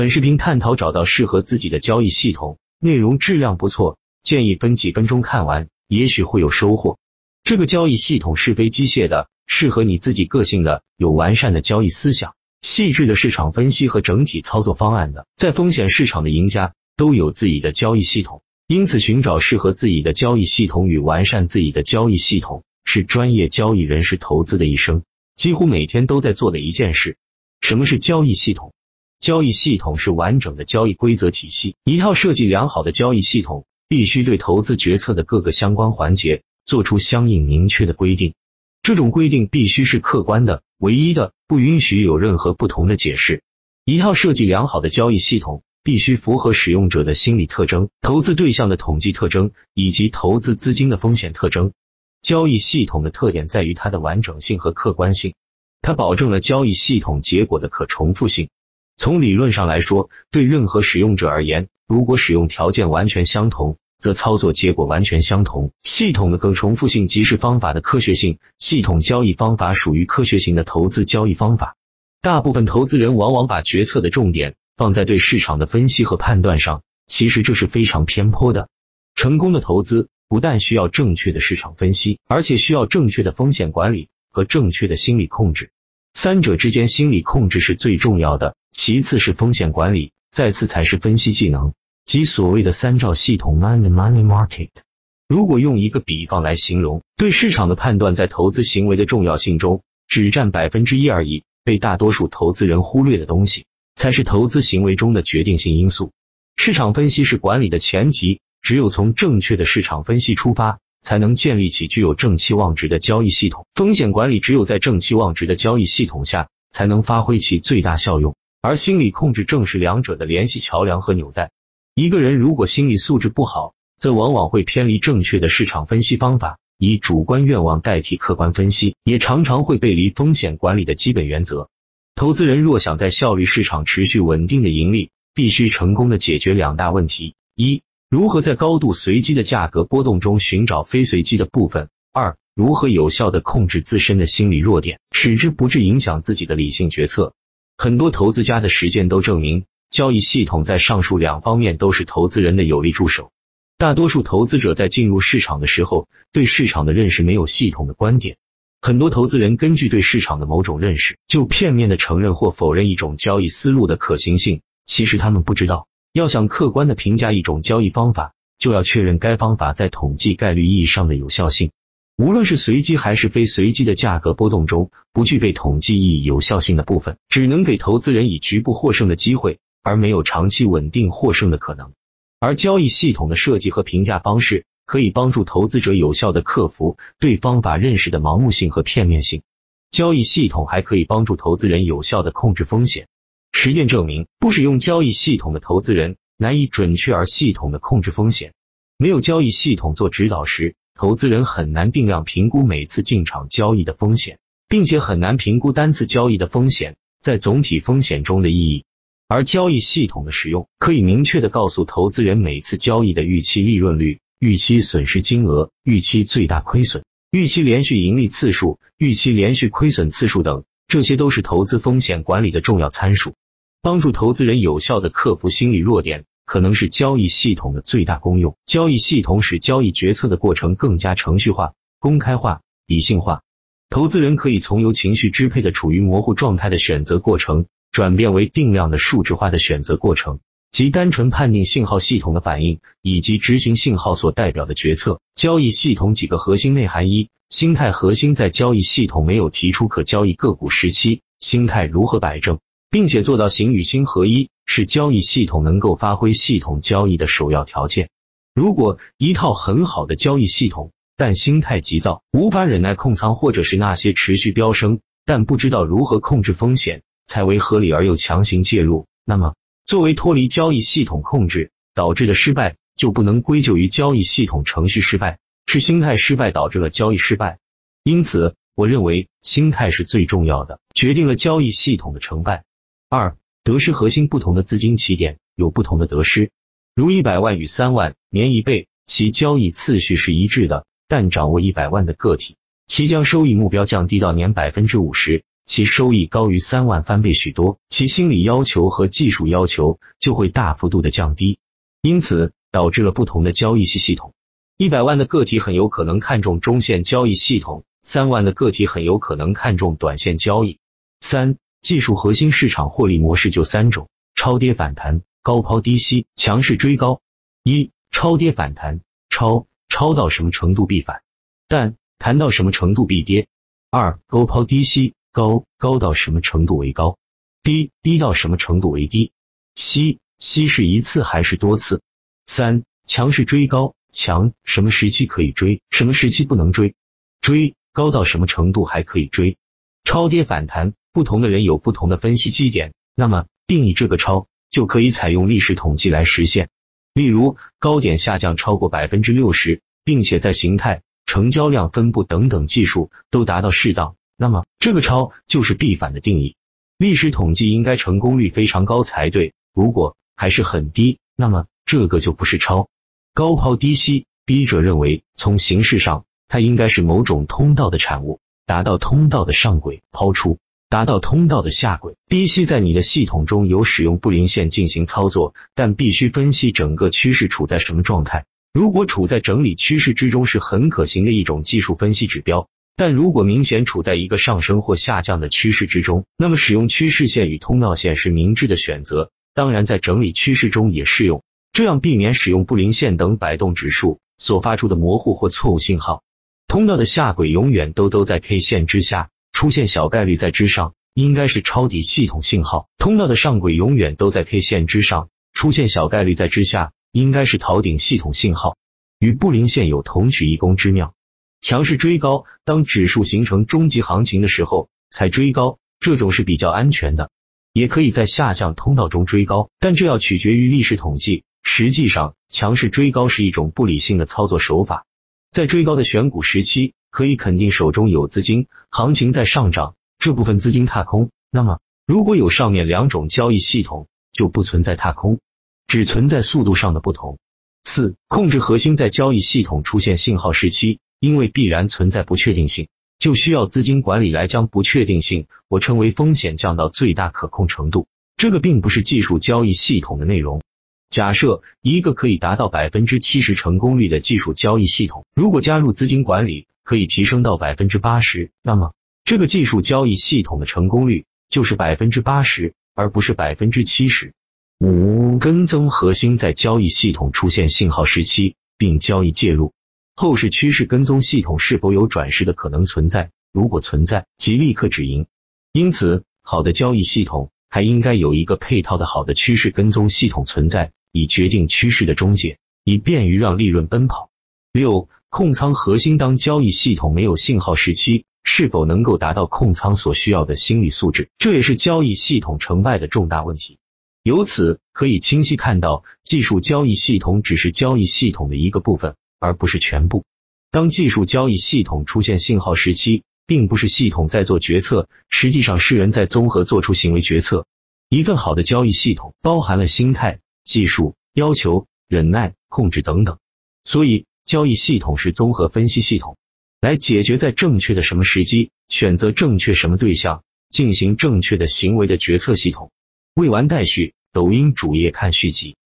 本视频探讨找到适合自己的交易系统，内容质量不错，建议分几分钟看完，也许会有收获。这个交易系统是非机械的，适合你自己个性的，有完善的交易思想、细致的市场分析和整体操作方案的，在风险市场的赢家都有自己的交易系统。因此寻找适合自己的交易系统与完善自己的交易系统，是专业交易人士投资的一生几乎每天都在做的一件事。什么是交易系统？交易系统是完整的交易规则体系，一套设计良好的交易系统必须对投资决策的各个相关环节做出相应明确的规定。这种规定必须是客观的、唯一的，不允许有任何不同的解释。一套设计良好的交易系统必须符合使用者的心理特征、投资对象的统计特征以及投资资金的风险特征。交易系统的特点在于它的完整性和客观性，它保证了交易系统结果的可重复性。从理论上来说，对任何使用者而言，如果使用条件完全相同，则操作结果完全相同。系统的可重复性即是方法的科学性，系统交易方法属于科学型的投资交易方法。大部分投资人往往把决策的重点放在对市场的分析和判断上，其实这是非常偏颇的。成功的投资不但需要正确的市场分析，而且需要正确的风险管理和正确的心理控制。三者之间心理控制是最重要的，其次是风险管理，再次才是分析技能，即所谓的三兆系统 Man the Money Market。 如果用一个比方来形容，对市场的判断在投资行为的重要性中只占 1% 而已，被大多数投资人忽略的东西才是投资行为中的决定性因素。市场分析是管理的前提，只有从正确的市场分析出发，才能建立起具有正期望值的交易系统。风险管理只有在正期望值的交易系统下，才能发挥其最大效用，而心理控制正是两者的联系桥梁和纽带。一个人如果心理素质不好，则往往会偏离正确的市场分析方法，以主观愿望代替客观分析，也常常会背离风险管理的基本原则。投资人若想在效率市场持续稳定的盈利，必须成功的解决两大问题：一、如何在高度随机的价格波动中寻找非随机的部分；二、如何有效的控制自身的心理弱点，使之不致影响自己的理性决策。很多投资家的实践都证明，交易系统在上述两方面都是投资人的有力助手。大多数投资者在进入市场的时候，对市场的认识没有系统的观点。很多投资人根据对市场的某种认识，就片面的承认或否认一种交易思路的可行性，其实他们不知道，要想客观的评价一种交易方法，就要确认该方法在统计概率意义上的有效性。无论是随机还是非随机的价格波动中，不具备统计意义有效性的部分，只能给投资人以局部获胜的机会，而没有长期稳定获胜的可能。而交易系统的设计和评价方式，可以帮助投资者有效地克服对方法认识的盲目性和片面性。交易系统还可以帮助投资人有效地控制风险。实践证明，不使用交易系统的投资人难以准确而系统地控制风险。没有交易系统做指导时，投资人很难定量评估每次进场交易的风险，并且很难评估单次交易的风险在总体风险中的意义。而交易系统的使用，可以明确地告诉投资人每次交易的预期利润率、预期损失金额、预期最大亏损、预期连续盈利次数、预期连续亏损次数等，这些都是投资风险管理的重要参数。帮助投资人有效地克服心理弱点，可能是交易系统的最大功用。交易系统使交易决策的过程更加程序化、公开化、理性化。投资人可以从由情绪支配的处于模糊状态的选择过程，转变为定量的数值化的选择过程，即单纯判定信号系统的反应以及执行信号所代表的决策。交易系统几个核心内涵：一、心态核心。在交易系统没有提出可交易个股时期，心态如何摆正，并且做到形与心合一，是交易系统能够发挥系统交易的首要条件。如果一套很好的交易系统，但心态急躁，无法忍耐控仓，或者是那些持续飙升但不知道如何控制风险才为合理而又强行介入，那么作为脱离交易系统控制导致的失败，就不能归咎于交易系统程序失败，是心态失败导致了交易失败。因此我认为心态是最重要的，决定了交易系统的成败。二、得失核心。不同的资金起点有不同的得失，如100万与3万年1倍，其交易次序是一致的，但掌握100万的个体，其将收益目标降低到年 50%， 其收益高于3万翻倍许多，其心理要求和技术要求就会大幅度的降低，因此导致了不同的交易系统。100万的个体很有可能看重中线交易系统，3万的个体很有可能看重短线交易。3、技术核心市场获利模式就3种：超跌反弹、高抛低吸、强势追高。1、超跌反弹，超到什么程度必反弹到什么程度必跌。2、高抛低吸，高到什么程度为高，低到什么程度为低。吸是一次还是多次。3、强势追高，什么时期可以追，什么时期不能追，高到什么程度还可以追。超跌反弹，不同的人有不同的分析基点，那么定义这个超就可以采用历史统计来实现。例如高点下降超过 60%， 并且在形态、成交量分布等等技术都达到适当，那么这个超就是必反的定义。历史统计应该成功率非常高才对，如果还是很低，那么这个就不是超。高抛低吸，笔者认为从形式上它应该是某种通道的产物，达到通道的上轨抛出，达到通道的下轨低吸。在你的系统中有使用布林线进行操作，但必须分析整个趋势处在什么状态。如果处在整理趋势之中是很可行的一种技术分析指标，但如果明显处在一个上升或下降的趋势之中，那么使用趋势线与通道线是明智的选择，当然在整理趋势中也适用，这样避免使用布林线等摆动指数所发出的模糊或错误信号。通道的下轨永远都在 K 线之下，出现小概率在之上，应该是抄底系统信号。通道的上轨永远都在 K 线之上，出现小概率在之下，应该是逃顶系统信号。与布林线有同取异功之妙。强势追高，当指数形成终极行情的时候才追高，这种是比较安全的。也可以在下降通道中追高，但这要取决于历史统计。实际上，强势追高是一种不理性的操作手法。在追高的选股时期，可以肯定手中有资金，行情在上涨，这部分资金踏空，那么如果有上面2种交易系统，就不存在踏空，只存在速度上的不同。4、控制核心在交易系统出现信号时期，因为必然存在不确定性，就需要资金管理来将不确定性，我称为风险降到最大可控程度。这个并不是技术交易系统的内容。假设一个可以达到 70% 成功率的技术交易系统，如果加入资金管理，可以提升到 80%， 那么这个技术交易系统的成功率就是 80%， 而不是 70%。5、跟踪核心在交易系统出现信号时期，并交易介入。后市趋势跟踪系统是否有转势的可能存在？如果存在，即立刻止盈。因此，好的交易系统还应该有一个配套的好的趋势跟踪系统存在，以决定趋势的终结，以便于让利润奔跑。6、控仓核心当交易系统没有信号时期，是否能够达到控仓所需要的心理素质？这也是交易系统成败的重大问题。由此可以清晰看到，技术交易系统只是交易系统的一个部分，而不是全部。当技术交易系统出现信号时期，并不是系统在做决策，实际上是人在综合做出行为决策。一份好的交易系统包含了心态、技术、要求、忍耐、控制等等。所以交易系统是综合分析系统，来解决在正确的什么时机，选择正确什么对象，进行正确的行为的决策系统。未完待续，抖音主页看续集。